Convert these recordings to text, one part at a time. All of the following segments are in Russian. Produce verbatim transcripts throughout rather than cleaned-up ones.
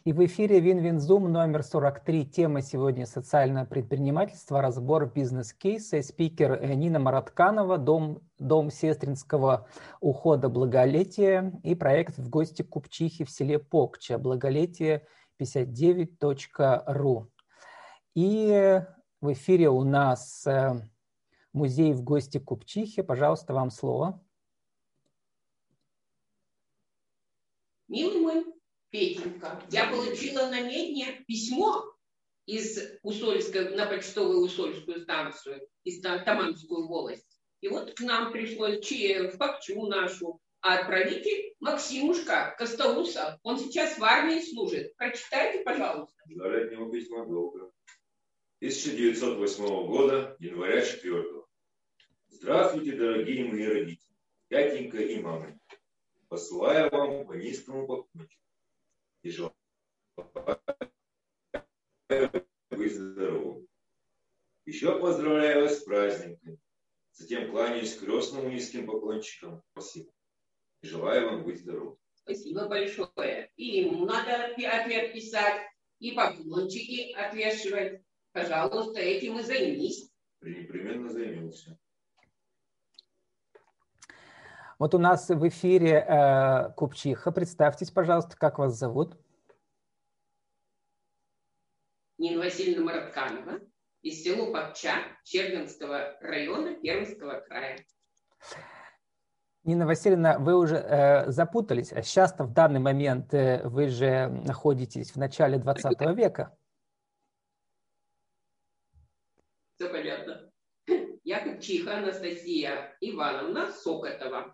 И в эфире Винвинзум номер сорок три. Тема сегодня социальное предпринимательство, разбор бизнес-кейса. Спикер Нина Маратканова, дом, дом сестринского ухода «Благолетие» и проект «В гости к купчихе» в селе Покча, благолетие пятьдесят девять точка ру. И в эфире у нас музей «В гости к купчихе». Пожалуйста, вам слово. Милый мой Петенька, я получила на Медне письмо из Усольской, на почтовую Усольскую станцию, из Таманскую волость. И вот к нам пришло в Покчу нашу. А отправитель Максимушка Костоуса. Он сейчас в армии служит. Прочитайте, пожалуйста. Ждали от него письма долго. тысяча девятьсот восьмого года, января четвёртого. Здравствуйте, дорогие мои родители, дяденька и мама. Посылаю вам по низкому поклончику. И желаю быть здоровы. Еще поздравляю вас с праздником. Затем кланяюсь крестному низким поклончикам. Спасибо. И желаю вам быть здоровы. Спасибо большое. И ему надо ответ писать, и поклончики отвешивать. Пожалуйста, этим и займись. Непременно займемся. Вот у нас в эфире э, купчиха. Представьтесь, пожалуйста, как вас зовут? Нина Васильевна Маратканова, из села Покча, Чердынского района, Пермского края. Нина Васильевна, вы уже э, запутались. А сейчас-то в данный момент э, вы же находитесь в начале двадцатого века. Все понятно. Я купчиха Анастасия Ивановна Сокотова.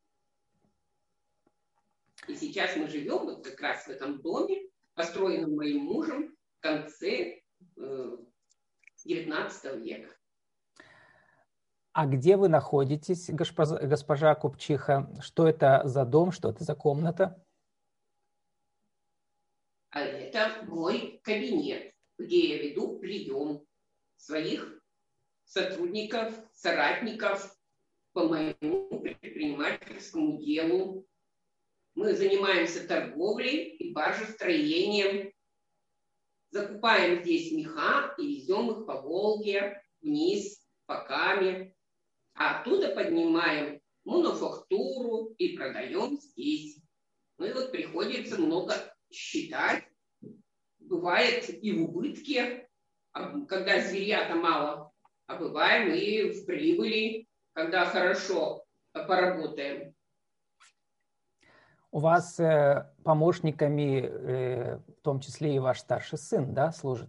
И сейчас мы живем вот как раз в этом доме, построенном моим мужем в конце э, девятнадцатого века. А где вы находитесь, госпожа, госпожа купчиха? Что это за дом, что это за комната? А это мой кабинет, где я веду прием своих сотрудников, соратников по моему предпринимательскому делу. Мы занимаемся торговлей и баржестроением. Закупаем здесь меха и везем их по Волге вниз, по Каме. А оттуда поднимаем мануфактуру и продаем здесь. Ну и вот приходится много считать. Бывает и в убытке, когда зверя-то мало. А бываем и в прибыли, когда хорошо поработаем. У вас э, помощниками, э, в том числе и ваш старший сын, да, служит?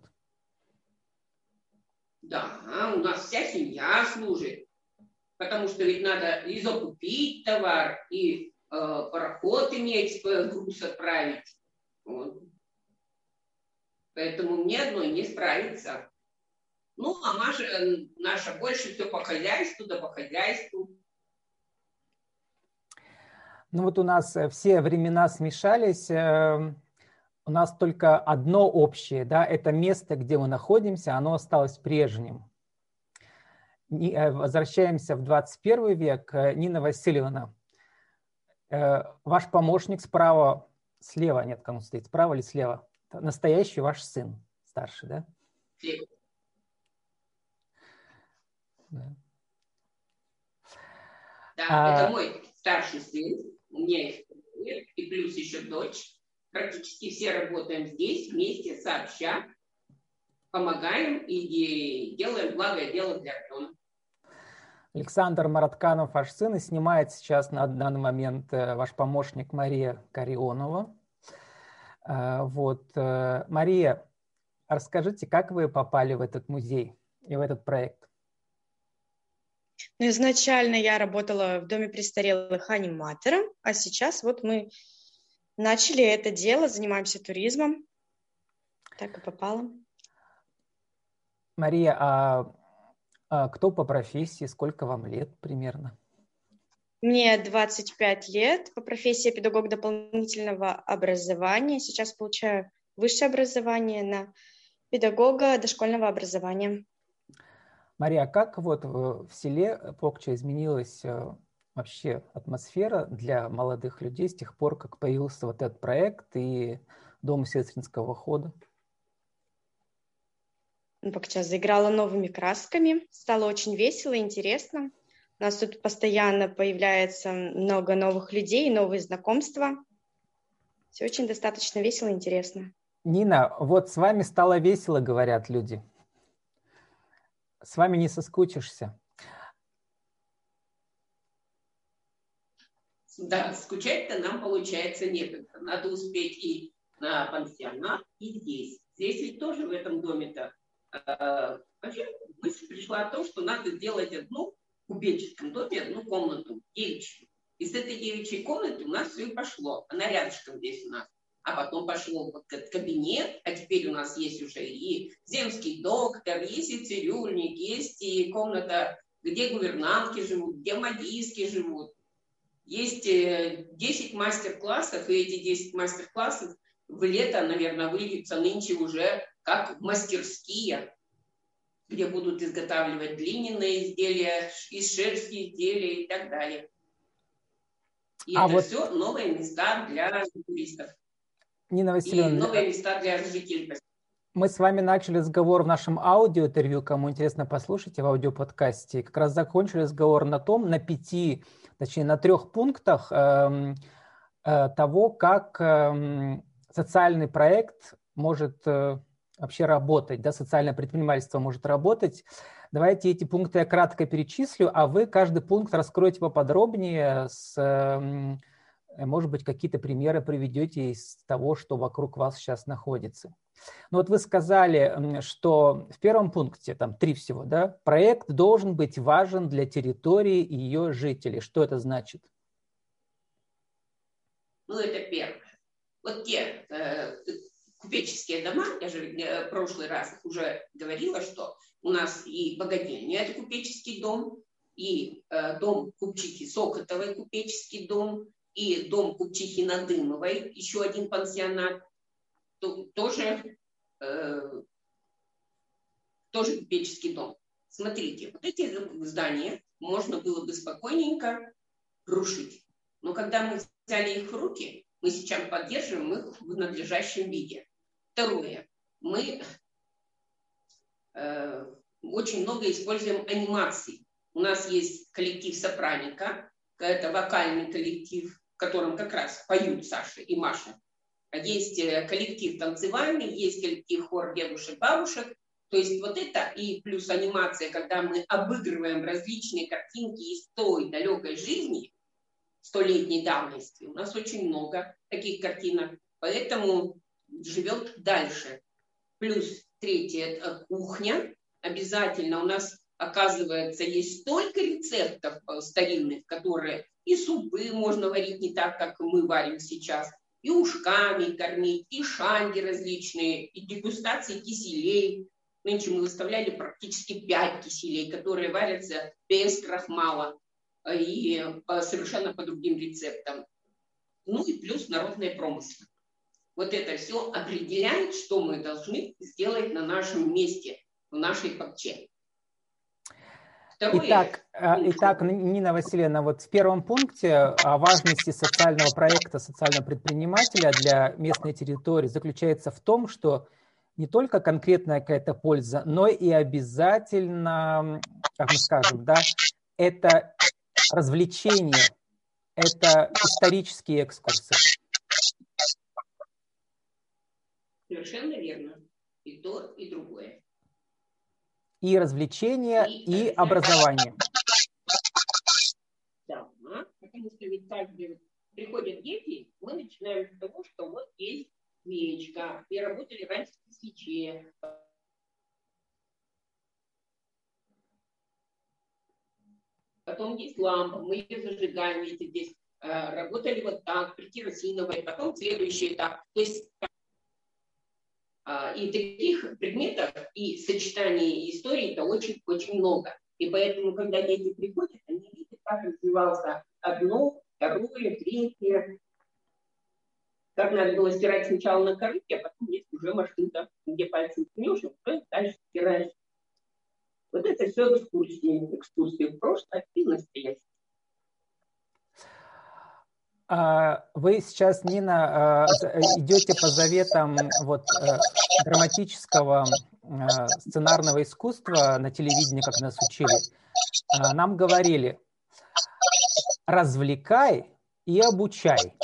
Да, у нас вся семья служит. Потому что ведь надо и закупить товар, и э, пароход иметь, груз отправить. Вот. Поэтому мне одной не справиться. Ну, а Маша наша больше все по хозяйству, да по хозяйству. Ну вот у нас все времена смешались. У нас только одно общее, да, это место, где мы находимся, оно осталось прежним. Возвращаемся в двадцать первый век. Нина Васильевна, ваш помощник справа, слева, нет, как он стоит, справа или слева? Настоящий ваш сын, старший, да? Слева. Да, да а... это мой старший сын, у меня есть и плюс еще дочь. Практически все работаем здесь вместе, сообща, помогаем и делаем благое дело для района. Александр Маратканов, ваш сын, и снимает сейчас на данный момент ваш помощник Мария Карионова. Вот. Мария, расскажите, как вы попали в этот музей и в этот проект? Ну, изначально я работала в доме престарелых аниматором, а сейчас вот мы начали это дело, занимаемся туризмом. Так и попала. Мария, а А кто по профессии, сколько вам лет примерно? Мне двадцать пять лет, по профессии педагог дополнительного образования. Сейчас получаю высшее образование на педагога дошкольного образования. Мария, а как вот в селе Покча изменилась вообще атмосфера для молодых людей с тех пор, как появился вот этот проект, и дом сестринского хода? Ну, пока сейчас заиграла новыми красками, стало очень весело и интересно. У нас тут постоянно появляется много новых людей, новые знакомства. Все очень достаточно весело и интересно. Нина, вот с вами стало весело, говорят люди. С вами не соскучишься. Да, скучать-то нам, получается, некогда. Надо успеть и на пансионат, и здесь. Здесь ведь тоже в этом доме-то. Э, вообще мысль пришла о том, что надо сделать одну в купеческом доме, одну комнату, девичью. И с этой девичьей комнаты у нас все и пошло. Она рядышком здесь у нас. А потом пошло вот кабинет, а теперь у нас есть уже и земский доктор, есть и цирюльник, есть и комната, где гувернантки живут, где модистки живут. Есть десять мастер-классов, и эти десять мастер-классов в лето, наверное, выльются нынче уже как в мастерские, где будут изготавливать глиняные изделия, из шерсти изделия и так далее. И а это вот все новые места для туристов. Нина Васильевна, и новые места для жителей. Мы с вами начали разговор в нашем аудиоинтервью, кому интересно, послушайте в аудиоподкасте. Как раз закончили разговор на том, на пяти, точнее на трех пунктах э, э, того, как э, социальный проект может э, вообще работать, да, социальное предпринимательство может работать. Давайте эти пункты я кратко перечислю, а вы каждый пункт раскроете поподробнее с... Э, может быть, какие-то примеры приведете из того, что вокруг вас сейчас находится. Ну вот вы сказали, что в первом пункте, там три всего, да, проект должен быть важен для территории и ее жителей. Что это значит? Ну, это первое. Вот те э, купеческие дома, я же в прошлый раз уже говорила, что у нас и богадельня – это купеческий дом, и э, дом купчихи Сокотовой – купеческий дом, и дом купчихи Надымовой, еще один пансионат, то, тоже, э, тоже купеческий дом. Смотрите, вот эти здания можно было бы спокойненько рушить. Но когда мы взяли их в руки, мы сейчас поддерживаем их в надлежащем виде. Второе. Мы э, очень много используем анимаций. У нас есть коллектив «Сопраника», это вокальный коллектив, в котором как раз поют Саша и Маша. Есть коллектив танцевальный, есть коллектив хор дедушек-бабушек. То есть вот это и плюс анимация, когда мы обыгрываем различные картинки из той далекой жизни, столетней давности. У нас очень много таких картинок, поэтому живет дальше. Плюс третье – это кухня. Обязательно у нас, оказывается, есть столько рецептов старинных, которые и супы можно варить не так, как мы варим сейчас, и ушками кормить, и шанги различные, и дегустации киселей. Нынче мы выставляли практически пять киселей, которые варятся без крахмала и совершенно по другим рецептам. Ну и плюс народные промыслы. Вот это все определяет, что мы должны сделать на нашем месте, в нашей пакче. Итак, итак, Нина Васильевна, вот в первом пункте о важности социального проекта, социального предпринимателя для местной территории заключается в том, что не только конкретная какая-то польза, но и обязательно, как мы скажем, да, это развлечение, это исторические экскурсы. Совершенно верно. И то, и другое. И развлечения, и, и образование. Да, потому что ведь каждый приходят дети, мы начинаем с того, что вот есть свечка, и работали раньше в свече. Потом есть лампа, мы ее зажигаем, видите, здесь э, работали вот так, при керосиновой, потом следующий этап. То есть И таких предметов и сочетаний истории-то очень-очень много. И поэтому, когда дети приходят, они видят, как развивался одно, второе, третье. Как надо было стирать сначала на корыте, а потом есть уже машинка, где пальцем ткнешь, и уже дальше стираешь. Вот это все экскурсии. Экскурсии в прошлое и настоящее. Вы сейчас, Нина, идете по заветам вот, драматического сценарного искусства на телевидении, как нас учили. Нам говорили: развлекай и обучай.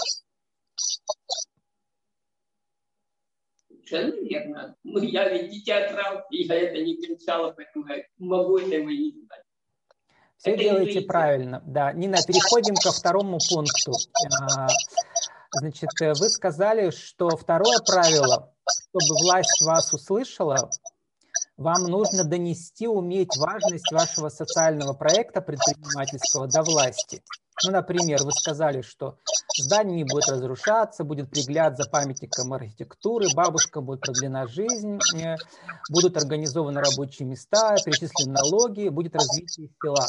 Совершенно верно. Ну, я ведь не театрал, и я это не кончала, поэтому я могу этого и не знать. Все это делаете интуиция. Правильно. Да. Нина, переходим ко второму пункту. Значит, вы сказали, что второе правило, чтобы власть вас услышала, вам нужно донести, уметь важность вашего социального проекта предпринимательского до власти. Ну, например, вы сказали, что здание не будет разрушаться, будет пригляд за памятником архитектуры, бабушкам будет продлена жизнь, будут организованы рабочие места, перечислены налоги, будет развитие села.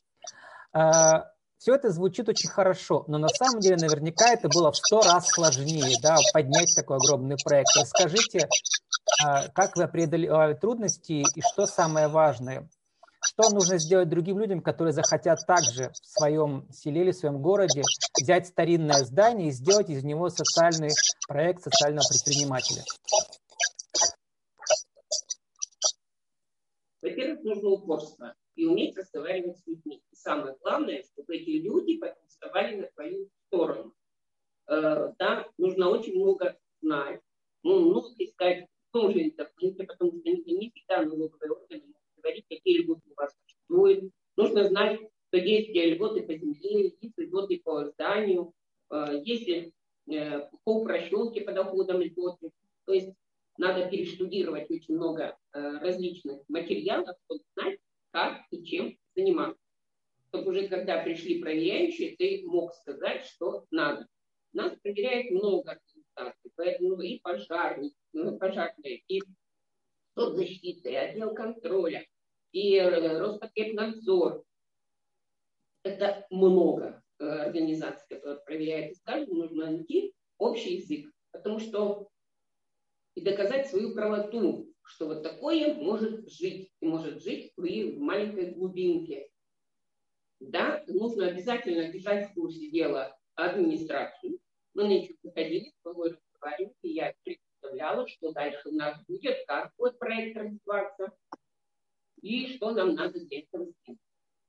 Все это звучит очень хорошо, но на самом деле наверняка это было в сто раз сложнее, да, поднять такой огромный проект. Расскажите, как вы преодолевали трудности и что самое важное? Что нужно сделать другим людям, которые захотят также в своем селе или в своем городе взять старинное здание и сделать из него социальный проект социального предпринимателя? Во-первых, нужно упорство и уметь разговаривать с людьми. И самое главное, чтобы эти люди потом вставали на твою сторону. Э, да, нужно очень много знать, ну, много искать тоже документы, потому что не всегда налоговые органы могут говорить, какие льготы у вас существуют. Нужно знать, что есть льготы по земле, есть льготы по зданию, э, есть э, по упрощенке по доходам льготы. То есть надо перештудировать очень много э, различных материалов, чтобы знать, как и чем заниматься. Чтобы уже когда пришли проверяющие, ты мог сказать, что надо. Нас проверяет много организаций, поэтому и пожарники, пожарные, и соцзащиты, и отдел контроля, и Роспотребнадзор. Это много э, организаций, которые проверяют, и с каждым нужно найти общий язык, потому что и доказать свою правоту, что вот такое может жить, и может жить при маленькой глубинке. Да, нужно обязательно держать в курсе дела администрацию. Мы нынче приходили, с тобой разговаривали, и я представляла, что дальше у нас будет, как будет проект развиваться, и что нам надо для этого сделать.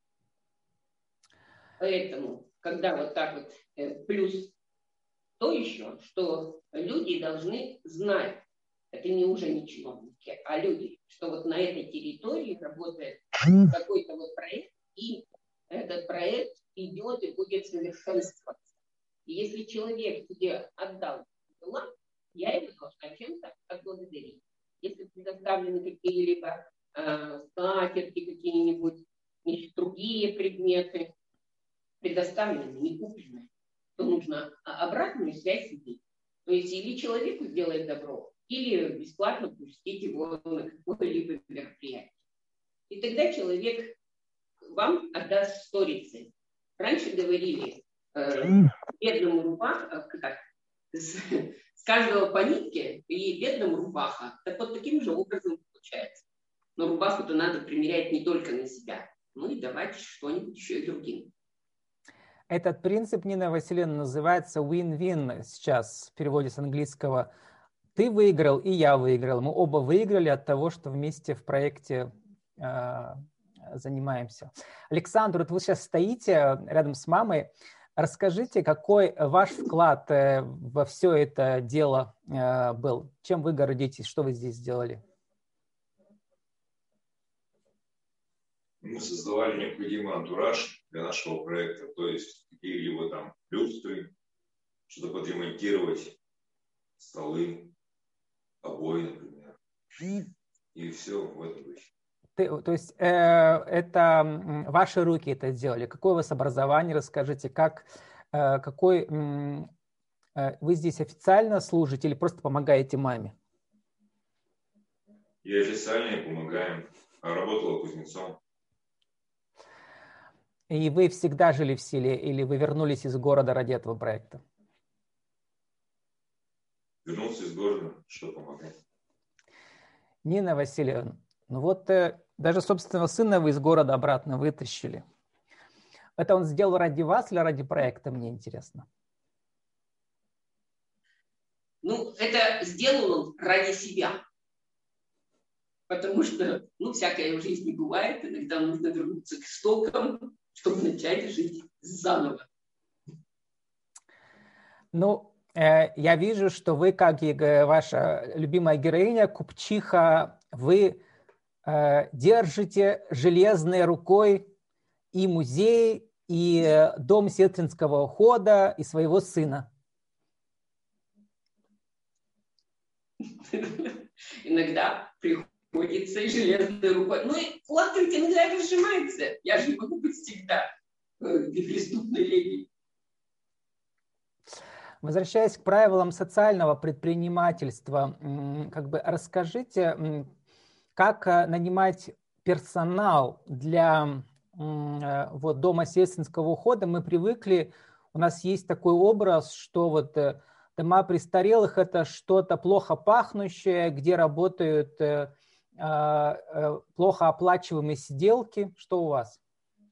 Поэтому, когда вот так вот, э, плюс то еще, что люди должны знать, это не уже не чиновники, а люди, что вот на этой территории работает какой-то вот проект, и этот проект идет и будет совершенствоваться. И если человек тебе отдал дела, я его должна чем-то отблагодарить. Если предоставлены какие-либо э, скатерти, какие-нибудь другие предметы, предоставлены, не куплены, то нужно обратную связь иметь. То есть или человеку сделать добро, или бесплатно пустить его на какое-либо мероприятие. И тогда человек вам отдаст сторицы. Раньше говорили, э, бедному рубаха, как, с, с каждого по нитке и бедному рубаха. Так вот таким же образом получается. Но рубаху-то надо примерять не только на себя, но и давать что-нибудь еще и другим. Этот принцип, Нина Васильевна, называется win-win сейчас в переводе с английского. Ты выиграл, и я выиграл. Мы оба выиграли от того, что вместе в проекте э, занимаемся. Александр, вот вы сейчас стоите рядом с мамой. Расскажите, какой ваш вклад э, во все это дело э, был? Чем вы гордитесь? Что вы здесь сделали? Мы создавали необходимый антураж для нашего проекта, то есть какие-либо там люстры, что-то подремонтировать, столы, обои, например, и все в этом духе. Ты, то есть э, это ваши руки это сделали. Какое у вас образование, расскажите, как, э, какой э, вы здесь официально служите или просто помогаете маме? Я официально ей помогаю, а работала кузнецом. И вы всегда жили в селе или вы вернулись из города ради этого проекта? Вернулся из города, что помогать. Нина Васильевна, ну вот э, даже собственного сына вы из города обратно вытащили. Это он сделал ради вас или ради проекта, мне интересно? Ну, это сделал он ради себя. Потому что, ну, всякое в жизни бывает, иногда нужно вернуться к истокам, чтобы начать жить заново. Ну, э, я вижу, что вы, как и ваша любимая героиня, купчиха, вы э, держите железной рукой и музей, и дом сестринского ухода, и своего сына. Иногда приходится и железной рукой. Ну, и лапонька иногда разжимается. Я же не могу быть всегда неприступной леди. Возвращаясь к правилам социального предпринимательства, как бы расскажите, как нанимать персонал для вот, дома сестринского ухода. Мы привыкли, у нас есть такой образ, что вот дома престарелых – это что-то плохо пахнущее, где работают плохо оплачиваемые сиделки. Что у вас?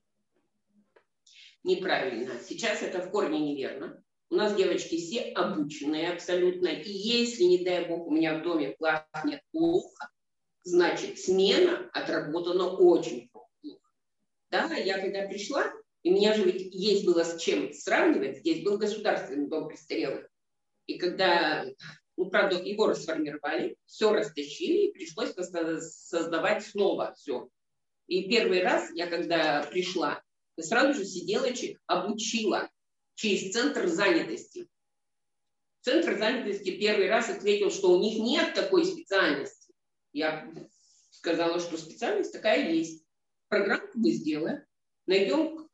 Неправильно. Сейчас это в корне неверно. У нас девочки все обученные абсолютно. И если, не дай бог, у меня в доме пахнет плохо, значит, смена отработана очень плохо. Да, я когда пришла, и у меня же ведь есть было с чем сравнивать, здесь был государственный дом престарелых. И когда, ну, правда, его расформировали, все растащили, и пришлось создавать снова все. И первый раз я, когда пришла, я сразу же сиделочек обучила через центр занятости. Центр занятости первый раз ответил, что у них нет такой специальности. Я сказала, что специальность такая есть. Программку мы сделаем, найдем,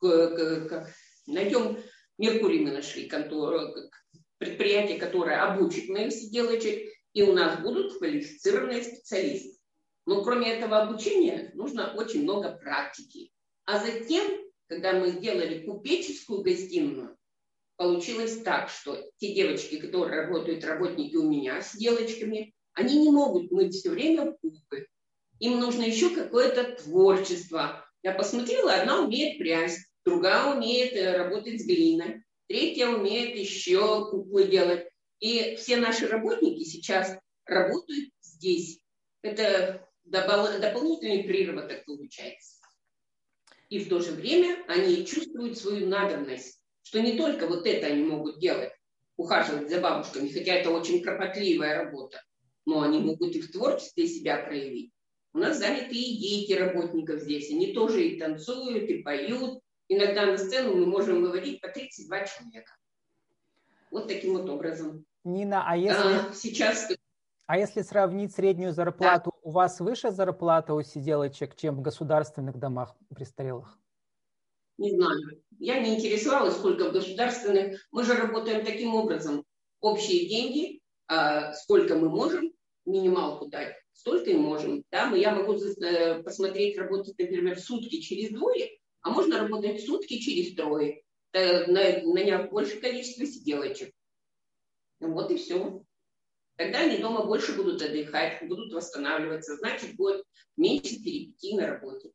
найдем Меркурий, мы нашли контору, предприятие, которое обучит моих сиделочек, и у нас будут квалифицированные специалисты. Но кроме этого обучения нужно очень много практики. А затем, когда мы сделали купеческую гостиную, получилось так, что те девочки, которые работают, работники у меня с девочками, они не могут мыть все время пупы. Им нужно еще какое-то творчество. Я посмотрела, одна умеет прясть, другая умеет работать с глиной, третья умеет еще куклы делать. И все наши работники сейчас работают здесь. Это дополнительный приработок получается. И в то же время они чувствуют свою надобность, что не только вот это они могут делать, ухаживать за бабушками, хотя это очень кропотливая работа, но они могут и в творчестве себя проявить. У нас заняты и дети работников здесь, они тоже и танцуют, и поют. Иногда на сцену мы можем выводить по тридцать два человека. Вот таким вот образом. Нина, а если, а, сейчас... а если сравнить среднюю зарплату, да. У вас выше зарплата у сиделочек, чем в государственных домах престарелых? Не знаю. Я не интересовалась, сколько в государственных. Мы же работаем таким образом. Общие деньги, а, сколько мы можем, минималку дать, столько и можем. Да? Мы, я могу э, посмотреть, работать, например, сутки через двое, а можно работать сутки через трое, э, наняв большее количество сиделочек. Вот и все. Тогда они дома больше будут отдыхать, будут восстанавливаться, значит, будет меньше перипетий на работе.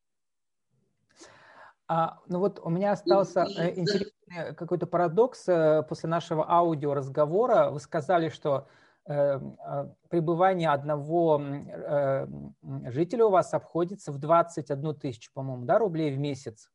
А, ну вот у меня остался и, интересный какой-то парадокс после нашего аудиоразговора. Вы сказали, что э, пребывание одного э, жителя у вас обходится в двадцать одну тысячу, по-моему, да, рублей в месяц.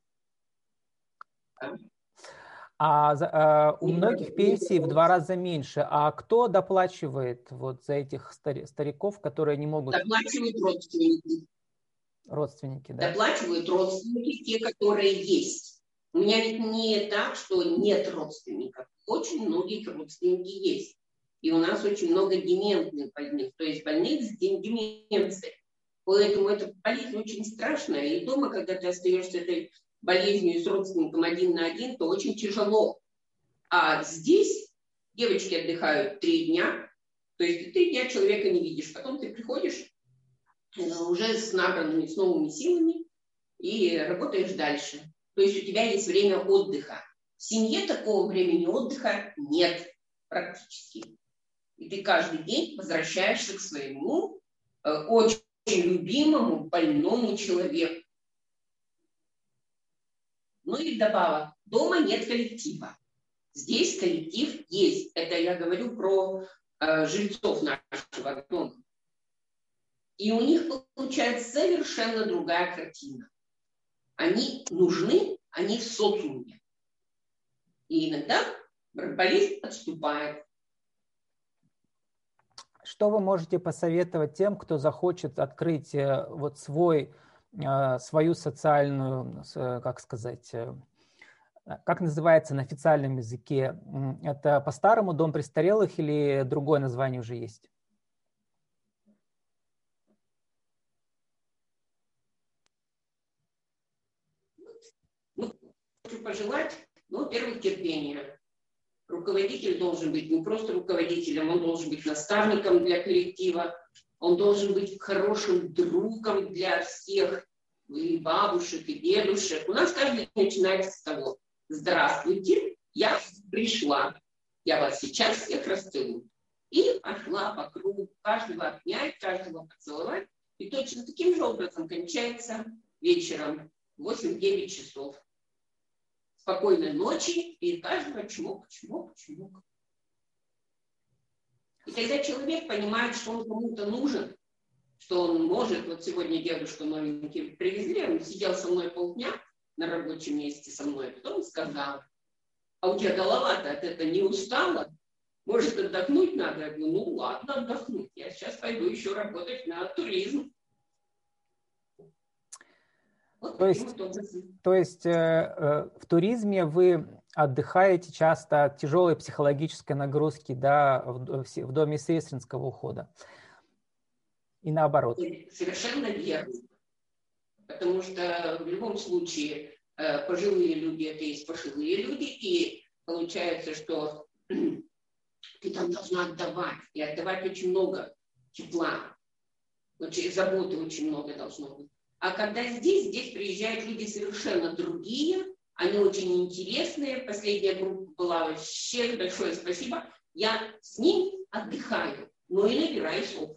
А э, у многих пенсий в два раза меньше. А кто доплачивает вот за этих стариков, которые не могут... Доплачивают родственники. Родственники, да? Доплачивают родственники, те, которые есть. У меня ведь не так, что нет родственников. Очень многие родственники есть. И у нас очень много дементных больных, то есть больных с деменцией. Поэтому эта болезнь очень страшная. И дома, когда ты остаешься с этой болезнью с родственником один на один, то очень тяжело. А здесь девочки отдыхают три дня, то есть ты три дня человека не видишь. Потом ты приходишь уже с набранными, с новыми силами и работаешь дальше. То есть у тебя есть время отдыха. В семье такого времени отдыха нет практически. И ты каждый день возвращаешься к своему э, очень любимому, больному человеку. Ну и вдобавок, дома нет коллектива. Здесь коллектив есть. Это я говорю про э, жильцов нашего дома. И у них получается совершенно другая картина. Они нужны, они в социуме. И иногда болезнь отступает. Что вы можете посоветовать тем, кто захочет открыть вот свой, свою социальную, как сказать, как называется на официальном языке? Это по-старому дом престарелых или другое название уже есть? Ну, хочу пожелать, ну, во-первых, терпения. Руководитель должен быть не просто руководителем, он должен быть наставником для коллектива, он должен быть хорошим другом для всех, и бабушек, и дедушек. У нас каждый день начинается с того: здравствуйте, я пришла, я вас сейчас всех расцелую. И пошла по кругу, каждого обнять, каждого поцеловать. И точно таким же образом кончается вечером в восемь-девять часов. Спокойной ночи, и каждого чмок, чмок, чмок. И когда человек понимает, что он кому-то нужен, что он может, вот сегодня дедушку новенький привезли, он сидел со мной полдня на рабочем месте со мной, потом сказал: а у тебя голова-то от этого не устала? Может, отдохнуть надо? Я говорю: ну ладно, отдохнуть. Я сейчас пойду еще работать на туризм. Вот то есть, то есть э, в туризме вы отдыхаете часто от тяжелой психологической нагрузки, да, в, в доме сестринского ухода. И наоборот. Совершенно верно. Потому что в любом случае э, пожилые люди — это есть пожилые люди, и получается, что ты там должна отдавать, и отдавать очень много тепла, очень, заботы очень много должно быть. А когда здесь, здесь приезжают люди совершенно другие, они очень интересные. Последняя группа была вообще, большое спасибо. Я с ним отдыхаю, но и набираюсь опыта.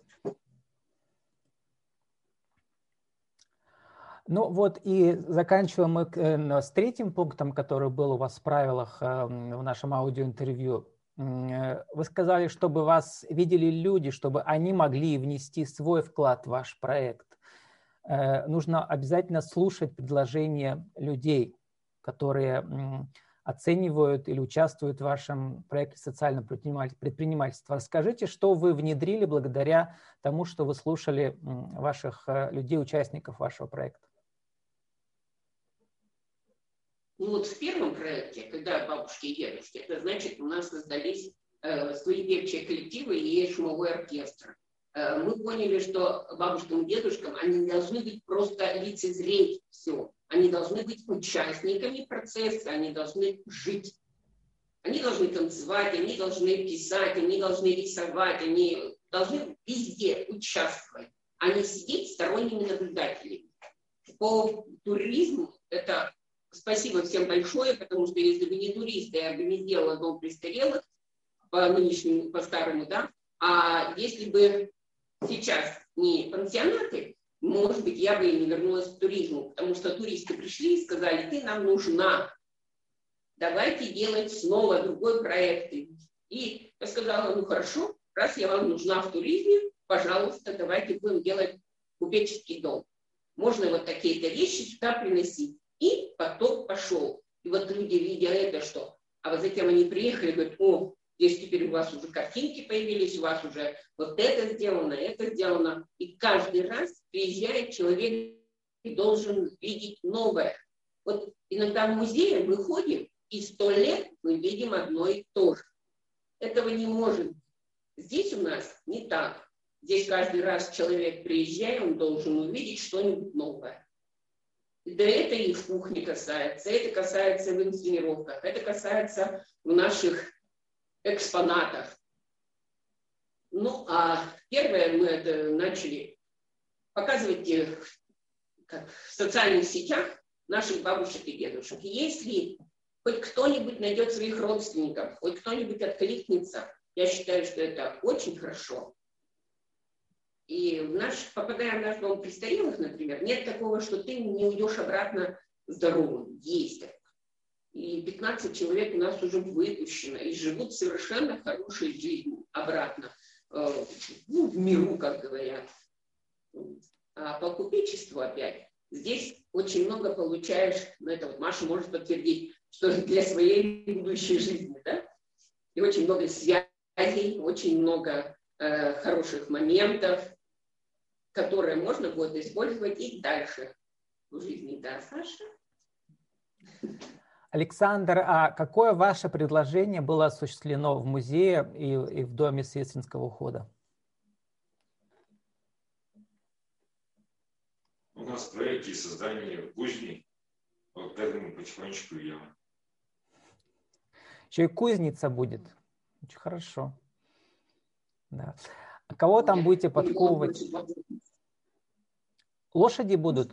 Ну вот и заканчиваем мы с третьим пунктом, который был у вас в правилах в нашем аудиоинтервью. Вы сказали, чтобы вас видели люди, чтобы они могли внести свой вклад в ваш проект. Нужно обязательно слушать предложения людей, которые оценивают или участвуют в вашем проекте социального предпринимательства. Расскажите, что вы внедрили благодаря тому, что вы слушали ваших людей, участников вашего проекта. Ну вот в первом проекте, когда бабушки и дедушки, это значит, у нас создались э, свои певчие коллективы и шумовой оркестр. Э, мы поняли, что бабушкам и дедушкам они не должны быть просто лицезреть все. Они должны быть участниками процесса, они должны жить. Они должны танцевать, они должны писать, они должны рисовать, они должны везде участвовать, а не сидеть сторонними наблюдателями. По туризму это... Спасибо всем большое, потому что если бы не туристы, я бы не сделала дом престарелых по нынешнему, по старому, да, а если бы сейчас не пансионаты, может быть, я бы и не вернулась к туризму, потому что туристы пришли и сказали: ты нам нужна, давайте делать снова другой проект. И я сказала: ну хорошо, раз я вам нужна в туризме, пожалуйста, давайте будем делать купеческий дом. Можно вот такие-то вещи сюда приносить. И поток пошел. И вот люди, видя это, что... А вот затем они приехали и говорят: о, здесь теперь у вас уже картинки появились, у вас уже вот это сделано, это сделано. И каждый раз приезжает человек и должен видеть новое. Вот иногда в музее мы ходим, и сто лет мы видим одно и то же. Этого не может быть. Здесь у нас не так. Здесь каждый раз человек, приезжая, он должен увидеть что-нибудь новое. Да это и в кухне касается, это касается в инсценировках, это касается в наших экспонатах. Ну, а первое мы это начали показывать как в социальных сетях наших бабушек и дедушек. Если хоть кто-нибудь найдет своих родственников, хоть кто-нибудь откликнется, я считаю, что это очень хорошо. И в наш, попадая в наш дом престарелых, например, нет такого, что ты не уйдешь обратно здоровым. Есть такое. и пятнадцать человек у нас уже выпущено, и живут совершенно хорошей жизнью обратно, э, ну, в миру, как говорят. А по купечеству опять, здесь очень много получаешь, ну это вот Маша может подтвердить, что для своей будущей жизни, да, и очень много связей, очень много э, хороших моментов, которые можно будет использовать и дальше в жизни, да, Саша? Александр, а какое ваше предложение было осуществлено в музее и, и в Доме сестринского ухода? У нас в проекте создания кузни, вот к этому потихонечку идем. Еще и кузница будет. Очень хорошо. Да. А кого там будете подковывать? Лошади будут?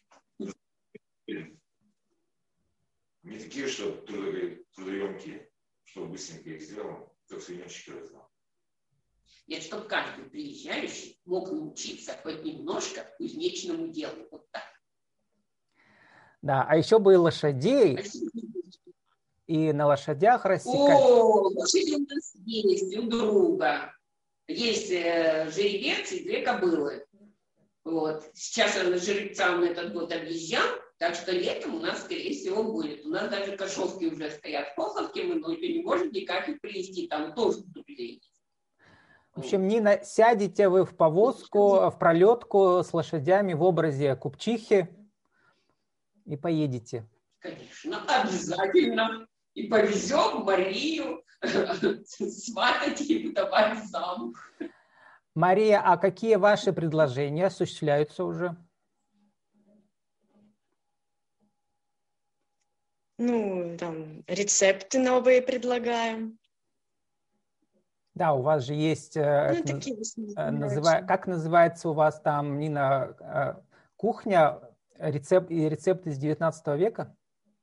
Не такие, что трудоемкие, что быстренько их сделал, как свинячки раздал. Нет, чтобы каждый приезжающий мог научиться хоть немножко кузнечному делу. Вот так. Да, а еще бы и лошадей. Спасибо. И на лошадях рассекать. О, лошади у нас есть у друга. Есть э, жеребец и две кобылы. Вот. Сейчас он жеребца он этот год объезжал, так что летом у нас, скорее всего, будет. У нас даже кошовки уже стоят в Хоховке, мы только не можем никак их привезти, там тоже друзей есть. В общем, Нина, сядете вы в повозку, в пролетку с лошадями в образе купчихи и поедете. Конечно, обязательно. И повезем Марию сватать и выдавать замуж. Мария, а какие ваши предложения осуществляются уже? Ну, там, рецепты новые предлагаем. Да, у вас же есть, Ну, это, такие называ... как называется у вас там, Нина, кухня, рецепт, рецепт из девятнадцатого века?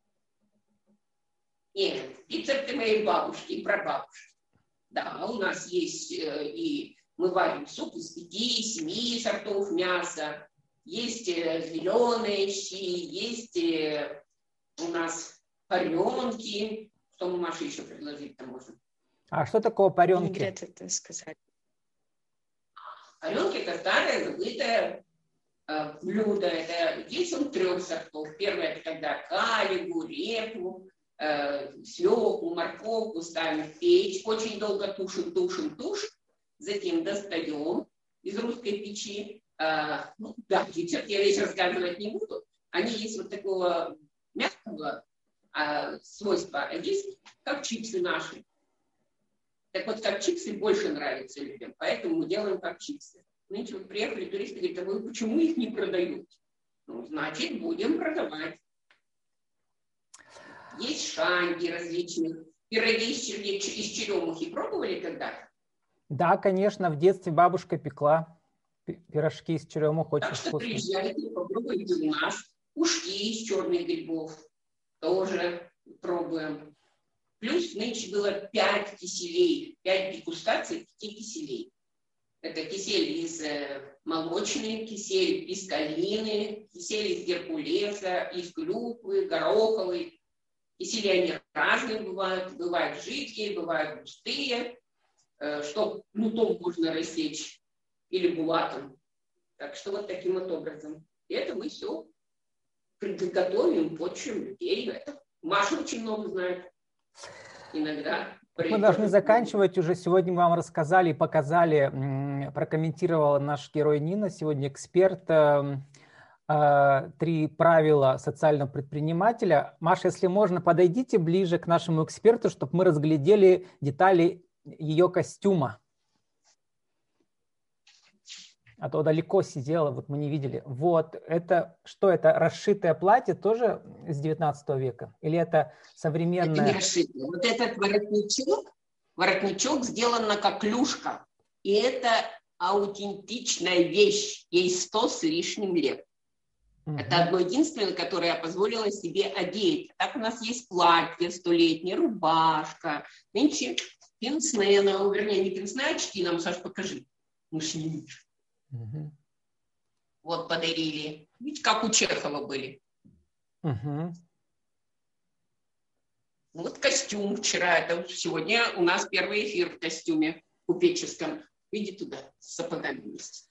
Нет, рецепты моей бабушки и прабабушки. Да, у нас есть и мы варим суп из пяти, семи сортов мяса, есть зеленые щи, есть у нас паренки. Что мы, Маше, еще предложить-то можем? А что такое паренки? Ингрид, это сказать. Паренки – это старое забытое э, блюдо. Это есть он трех сортов. Первое – это когда калигу, репу, э, свеклу, морковку ставим в печь. Очень долго тушим, тушим, тушим. Затем достаем из русской печи. Э, ну, да, рецепт я весь рассказывать не буду. Они есть вот такого мягкого э, свойства. А есть как чипсы наши. Так вот, как чипсы больше нравятся людям, поэтому мы делаем как чипсы. Нынче вот приехали туристы, говорят, а вы почему их не продаете? Ну, значит, будем продавать. Есть шанти различных. Пироги из, из черемухи пробовали когда-то? Да, конечно, в детстве бабушка пекла пирожки из черемух, очень так что вкусные. приезжайте, попробуйте у нас. Ушки из черных грибов тоже пробуем. Плюс нынче было пять киселей, пять дегустаций, пяти киселей. Это кисель из э, молочный, кисель из калины, кисель из геркулеса, из клюквы, гороховый. Кисели они разные бывают. Бывают жидкие, бывают густые, э, что кнутом можно рассечь или булатом. Так что вот таким вот образом. И это мы все приготовим, почвим людей. Это Маша очень много знает. Иногда. Мы должны заканчивать уже. Сегодня мы вам рассказали, показали, прокомментировала наш герой Нина, сегодня эксперт, три правила социального предпринимателя. Маша, если можно, подойдите ближе к нашему эксперту, чтобы мы разглядели детали ее костюма. А то далеко сидела, вот мы не видели. Вот, это что это? Расшитое платье тоже с девятнадцатого века? Или это современное? Это не расшитое. Вот этот воротничок, воротничок сделан на коклюшка. И это аутентичная вещь. Ей сто с лишним лет. Угу. Это одно единственное, которое я позволила себе одеть. Так у нас есть платье столетнее, рубашка. Нынче пенсне, ну, вернее, не пенсне, а очки нам, Саш, покажи. Мы ж не видишь. Угу. Вот подарили. Видите, как у Чехова были. Угу. Ну, вот костюм вчера, это сегодня у нас первый эфир в костюме купеческом. Иди туда, с сапогами есть.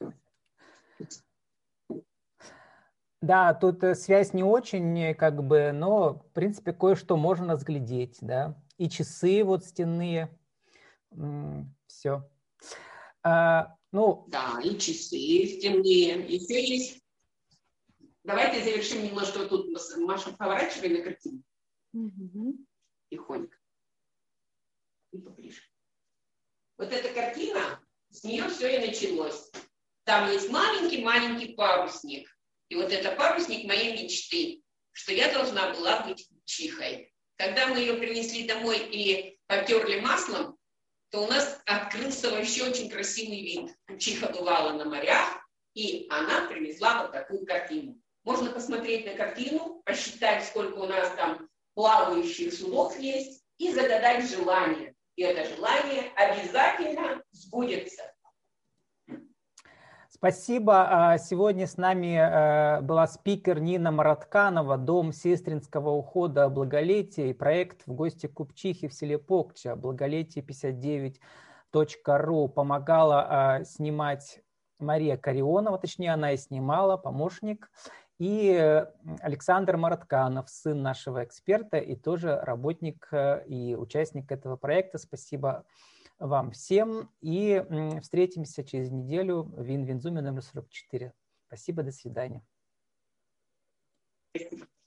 Да, тут э, связь не очень, как бы, но, в принципе, кое-что можно разглядеть, да. И часы вот стенные, все. А, ну, да, и часы стенные. Еще есть. Давайте завершим немножко тут. Маша, поворачивай на картину. Угу. Тихонько. И поближе. Вот эта картина, с нее все и началось. Там есть маленький-маленький парусник. И вот это парусник моей мечты, что я должна была быть чихой. Когда мы ее принесли домой и потерли маслом, то у нас открылся вообще очень красивый вид. Чиха бывала на морях, и она привезла вот такую картину. Можно посмотреть на картину, посчитать, сколько у нас там плавающих судов есть, и загадать желание. И это желание обязательно сбудется. спасибо. Сегодня с нами была спикер Нина Маратканова, Дом сестринского ухода Благолетие и проект «В гости к купчихе» в селе Покча, благолетие пятьдесят девять точка ру. Помогала снимать Мария Карионова, точнее она и снимала, помощник, и Александр Маратканов, сын нашего эксперта и тоже работник и участник этого проекта. Спасибо вам всем, и встретимся через неделю в Вин-Винзуме номер сорок четыре. Спасибо, до свидания. Спасибо.